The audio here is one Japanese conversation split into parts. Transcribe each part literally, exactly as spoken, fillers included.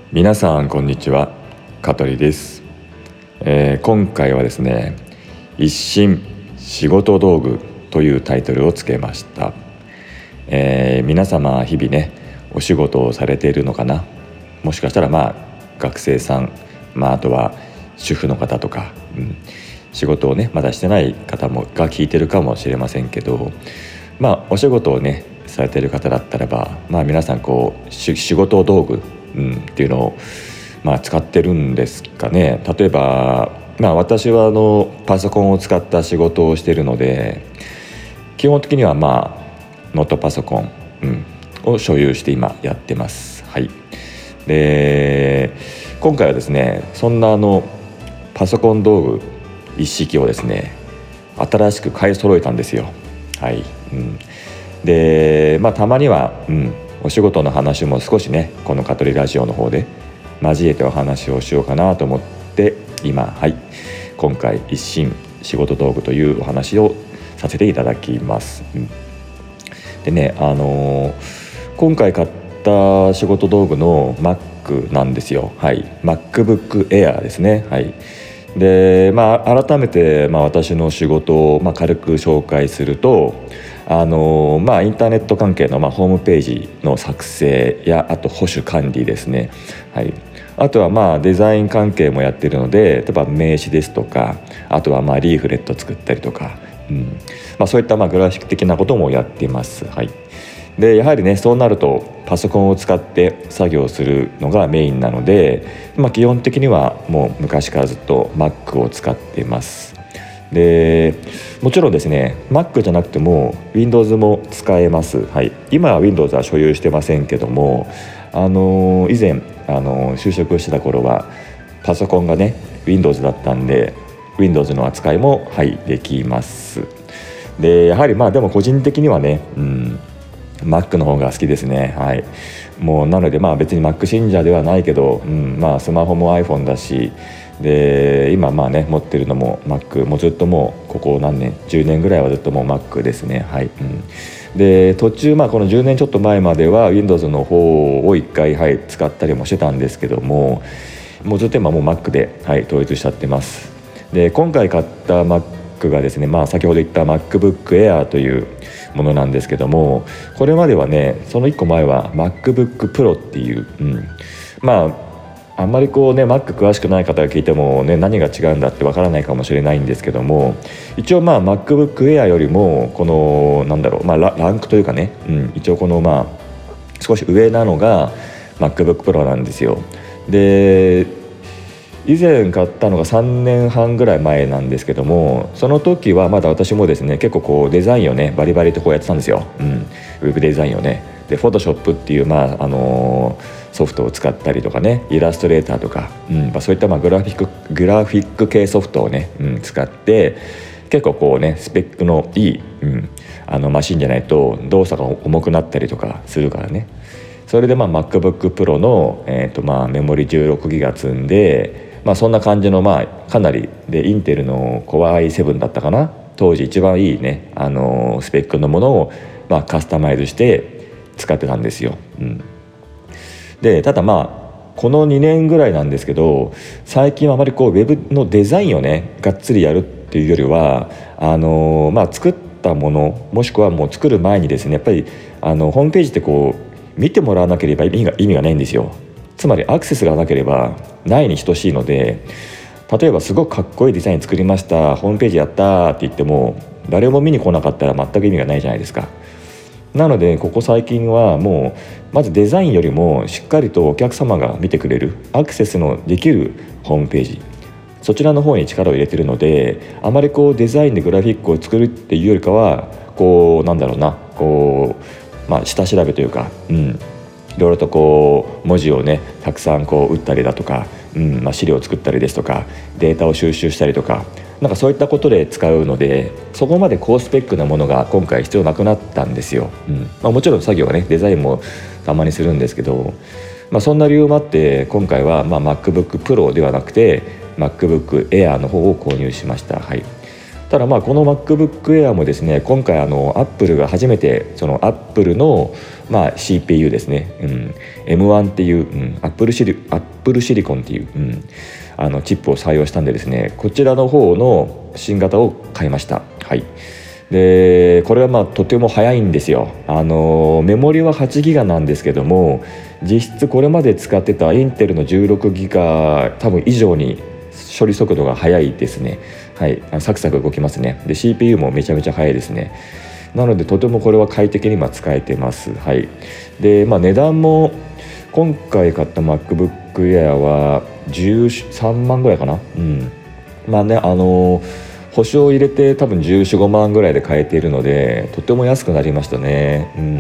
皆さんこんにちは、香取です、えー、今回はですね一新仕事道具というタイトルをつけました、えー、皆様日々ねお仕事をされているのかな。もしかしたらまあ学生さん、まあ、あとは主婦の方とか、うん、仕事をねまだしてない方もが聞いてるかもしれませんけど、まあお仕事をねされている方だったらば、まあ皆さんこう仕事道具、うん、っていうのをまあ使ってるんですかね。例えばまあ私はあのパソコンを使った仕事をしているので、基本的にはまあノートパソコン、うん、を所有して今やってます。はい。で今回はですねそんなあのパソコン道具一式をですね新しく買い揃えたんですよ。はい、うん、でまあたまには、うん、お仕事の話も少しねこの香取ラジオの方で交えてお話をしようかなと思って今、はい、今回一新仕事道具というお話をさせていただきます。うん、でね、あのー、今回買った仕事道具の Mac なんですよ。はい、MacBook Air ですね。はい。でまあ、改めて、まあ、私の仕事を、まあ、軽く紹介すると、あのまあ、インターネット関係の、まあ、ホームページの作成やあと保守管理ですね。はい、あとはまあデザイン関係もやっているので、例えば名刺ですとか、あとはまあリーフレット作ったりとか、うんまあ、そういったまあグラフィック的なこともやっています。はい、でやはりねそうなるとパソコンを使って作業するのがメインなので、まあ、基本的にはもう昔からずっと Mac を使っています。でもちろんですね Mac じゃなくても Windows も使えます。はい、今は Windows は所有してませんけども、あの以前あの就職してた頃はパソコンがね Windows だったんで Windows の扱いも、はい、できます。でやはりまあでも個人的にはね、うん、Mac の方が好きですね。はい、もうなのでまあ別に Mac 信者ではないけど、うんまあ、スマホも iPhone だし、で今まあね持ってるのも Mac、もうずっともうここ何年じゅうねんぐらいはずっともう Mac ですね。はい、うん、で途中まあこのじゅうねんちょっと前までは Windows の方をいっかい、はい、使ったりもしてたんですけども、もうずっと今もう Mac で、はい、統一しちゃってます。で今回買った Mac がですね、まあ、先ほど言った MacBook Air というものなんですけども、これまではねそのいっこまえは MacBook Pro っていう、うん、まああんまりこうね Mac 詳しくない方が聞いてもね何が違うんだってわからないかもしれないんですけども、一応まあ MacBook Air よりもこのなんだろう、まあ、ラ, ランクというかね、うん、一応このまあ少し上なのが MacBook Pro なんですよ。で以前買ったのがさんねんはんぐらい前なんですけども、その時はまだ私もですね結構こうデザインをねバリバリとこうやってたんですよ。うん、ウェブデザインをねで Photoshop っていう、まああのー、ソフトを使ったりとかね、イラストレーターとか、うんまあ、そういったまあグラフィックグラフィック系ソフトをね、うん、使って結構こうねスペックのいい、うん、あのマシンじゃないと動作が重くなったりとかするからね。それでまあ MacBook Pro の、えーとまあ、メモリ じゅうろくギガバイト 積んで、まあ、そんな感じの、まあ、かなりでインテルの コアアイセブン だったかな、当時一番いいね、あのー、スペックのものを、まあ、カスタマイズして使ってたんですよ。うん、でただまあこのにねんぐらいなんですけど、最近はあまりこうウェブのデザインをねがっつりやるっていうよりはあのー、まあ作ったものもしくはもう作る前にですねやっぱりあのホームページってこう見てもらわなければ意味が意味がないんですよ。つまりアクセスがなければないに等しいので、例えばすごくかっこいいデザイン作りました、ホームページやったって言っても誰も見に来なかったら全く意味がないじゃないですか。なのでここ最近はもうまずデザインよりもしっかりとお客様が見てくれるアクセスのできるホームページ、そちらの方に力を入れてるので、あまりこうデザインでグラフィックを作るっていうよりかはこうなんだろうなこう、まあ、下調べというか、うん、いろいろとこう文字をねたくさんこう打ったりだとか、うんまあ、資料を作ったりですとかデータを収集したりとか、なんかそういったことで使うので、そこまで高スペックなものが今回必要なくなったんですよ。うんまあ、もちろん作業はねデザインもたまにするんですけど、まあ、そんな理由もあって今回はまあ MacBook Pro ではなくて MacBook Air の方を購入しました。はい、 ただまあこの MacBook Air もですね、今回あの Apple が初めてその Apple のまあ シーピーユー ですね、うん、エムワン っていう、うん、Apple シリ、Apple シリコンっていう、うん、あのチップを採用したんでですね、こちらの方の新型を買いました。はい。でこれはまあとても速いんですよ。あのメモリははちギガなんですけども、実質これまで使ってたインテルのじゅうろくギガ多分以上に処理速度が速いですね。はい、サクサク動きますね。で シーピーユー もめちゃめちゃ速いですね。なのでとてもこれは快適に今使えてます。はい。でまあ値段も今回買った MacBook Air はじゅうさんまんぐらいかな。うん。まあね、あの保証を入れて多分じゅうよん、ごまんぐらいで買えているのでとても安くなりましたね。うん、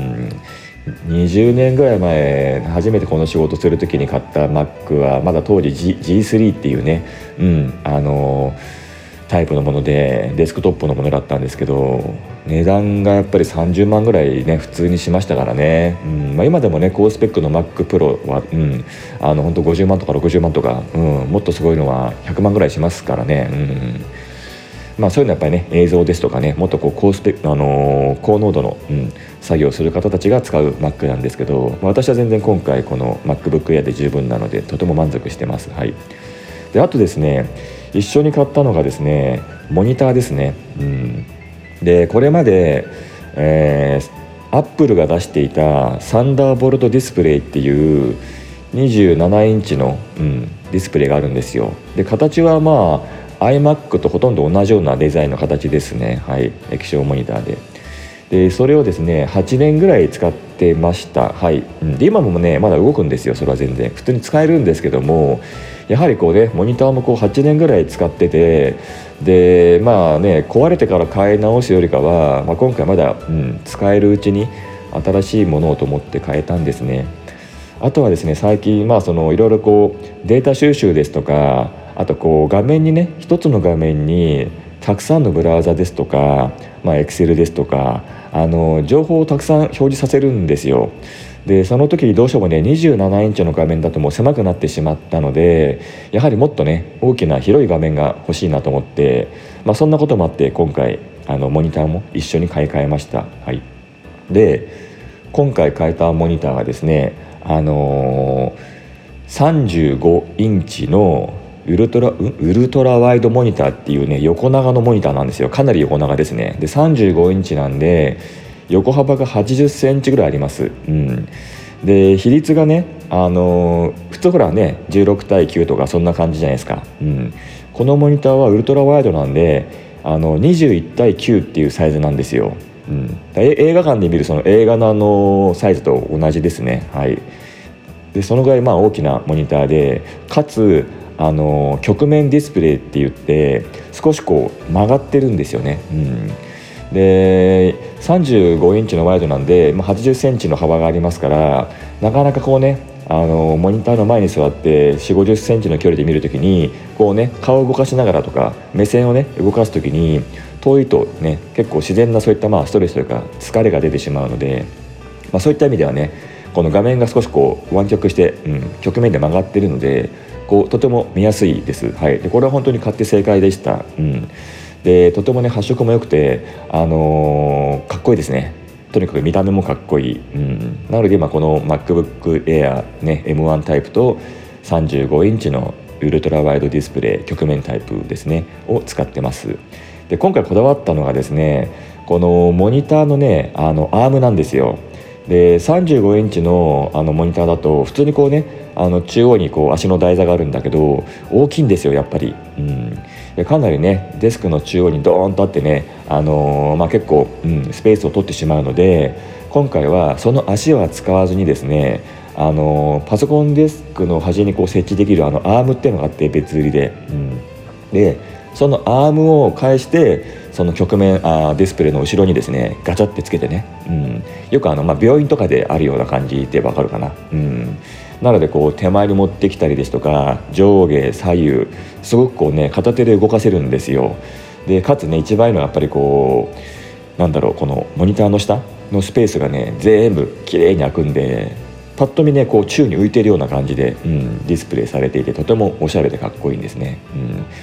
にじゅうねんぐらい前初めてこの仕事する時に買った Mac はまだ当時 ジースリー っていうね、うん、あのタイプのものでデスクトップのものだったんですけど、値段がやっぱりさんじゅうまんぐらいね普通にしましたからね。うんまあ、今でもね高スペックの Mac Pro は、うん、あの本当ごじゅうまんとかろくじゅうまんとか、うん、もっとすごいのはひゃくまんぐらいしますからね。うんまあ、そういうのはやっぱりね映像ですとかねもっとこう高スペ、あのー高濃度の、うん、作業をする方たちが使う Mac なんですけど、まあ、私は全然今回この MacBook Air で十分なのでとても満足してます。はい、であとですね一緒に買ったのがですねモニターですね。うん、でこれまで、えー、Apple が出していたサンダーボルトディスプレイっていうにじゅうななインチの、うん、ディスプレイがあるんですよ。で形はまあiMac とほとんど同じようなデザインの形ですね。はい、液晶モニターで。でそれをですねはちねんぐらい使ってました。はい、で今もねまだ動くんですよ。それは全然普通に使えるんですけども、やはりこうねモニターもこうはちねんぐらい使ってて、でまあね壊れてから買い直すよりかは、まあ、今回まだ、うん、使えるうちに新しいものをと思って変えたんですね。あとはですね最近まあそのいろいろこうデータ収集ですとか、あとこう画面にね一つの画面にたくさんのブラウザですとか、まあ、Excel ですとかあの情報をたくさん表示させるんですよ。でその時にどうしてもねにじゅうななインチの画面だともう狭くなってしまったので、やはりもっとね大きな広い画面が欲しいなと思って、まあ、そんなこともあって今回あのモニターも一緒に買い替えました。はい、で今回変えたモニターがですねあのー、さんじゅうごインチのウルトラ、ウルトラワイドモニターっていうね横長のモニターなんですよ。かなり横長ですね。でさんじゅうごインチなんで横幅がはちじゅっセンチぐらいあります。うん、で比率がね、あのー、普通ほらねじゅうろくたいきゅうとかそんな感じじゃないですか。うん、このモニターはウルトラワイドなんであのにじゅういちたいきゅうっていうサイズなんですよ。うん、映画館で見るその映画のあのサイズと同じですね。はい、でそのぐらいまあ大きなモニターで、かつあの曲面ディスプレイって言って少しこう曲がってるんですよね。うん、でさんじゅうごインチのワイドなんで、まあ、はちじゅっセンチの幅がありますから、なかなかこうねあのモニターの前に座ってよんじゅうごじゅっセンチの距離で見るときにこうね顔を動かしながらとか目線をね動かすときに遠いとね結構自然なそういったまあストレスというか疲れが出てしまうので、まあ、そういった意味ではねこの画面が少しこう湾曲して、うん、曲面で曲がっているのでこうとても見やすいです。はい、でこれは本当に買って正解でした。うん、でとてもね発色も良くて、あのー、かっこいいですね。とにかく見た目もかっこいい。うん、なので今この MacBook Air、ね、エムワン タイプとさんじゅうごインチのウルトラワイドディスプレイ曲面タイプですねを使ってます。で今回こだわったのがですねこのモニターのねあのアームなんですよ。でさんじゅうごインチのあのモニターだと普通にこうねあの中央にこう足の台座があるんだけど大きいんですよやっぱり。うん、でかなりねデスクの中央にドーンとあってね、あのーまあ、結構、うん、スペースを取ってしまうので、今回はその足は使わずにですね、あのーパソコンデスクの端にこう設置できるあのアームっていうのがあって別売りで、うん、でそのアームを返してその曲面あディスプレイの後ろにですねガチャってつけてね、うん、よくあの、まあ、病院とかであるような感じでわかるかな。うん、なのでこう手前に持ってきたりですとか上下左右すごくこうね片手で動かせるんですよ。でかつね一番いいのはやっぱりこうなんだろうこのモニターの下のスペースがね全部きれいに開くんでパッと見ねこう宙に浮いているような感じで、うん、ディスプレイされていてとてもおしゃれでかっこいいんですね。うん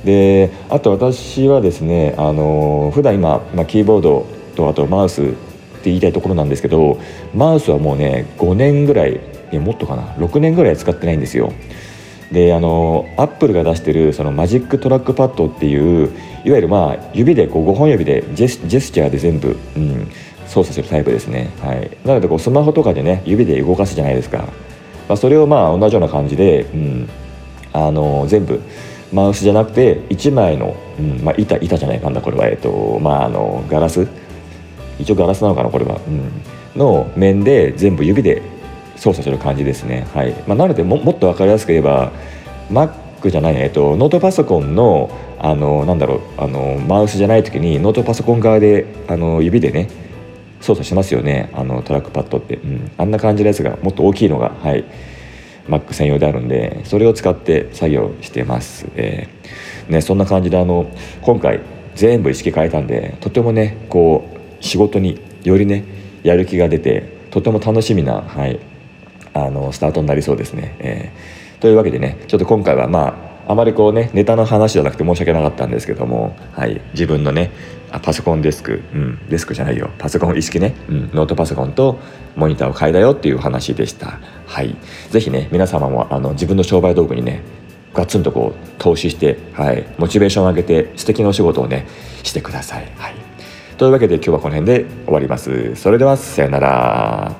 であと私はですね、あの普段今、まあ、キーボードとあとマウスって言いたいところなんですけど、マウスはもうねごねんぐらい、いやもっとかな、ろくねんぐらい使ってないんですよ。であのアップルが出してるそのマジックトラックパッドっていう、いわゆるまあ指でこうごほん指でジェス、ジェスチャーで全部、うん、操作するタイプですね。はい、なのでこうスマホとかでね指で動かすじゃないですか。まあ、それをまあ同じような感じで、うん、あの全部マウスじゃなくていちまいの、うんまあ、板板じゃないかんだこれは、えっとまああのガラス、一応ガラスなのかなこれは、うん、の面で全部指で操作する感じですね。はい、まあ、なので も, もっと分かりやすく言えば Mac じゃない、えっと、ノートパソコンのあのなんだろうあのマウスじゃない時にノートパソコン側であの指でね操作しますよね、あのトラックパッドって、うん、あんな感じのやつがもっと大きいのが、はい、Mac 専用であるんで、それを使って作業してます。えーね、そんな感じであの今回全部意識変えたんで、とてもねこう仕事によりねやる気が出て、とても楽しみな、はい、あのスタートになりそうですね。えー、というわけでね、ちょっと今回はまああまりこうねネタの話じゃなくて申し訳なかったんですけども、はい、自分のねあパソコンデスク、うん、デスクじゃないよパソコン一式ね、うん、ノートパソコンとモニターを変えたよっていう話でした。はい、ぜひね皆様もあの自分の商売道具にねガツンとこう投資して、はい、モチベーションを上げて素敵なお仕事をねしてください。はい、というわけで今日はこの辺で終わります。それではさよなら。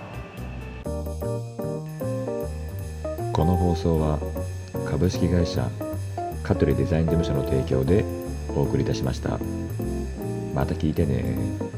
この放送は株式会社香取デザイン事務所の提供でお送りいたしました。また聞いてね。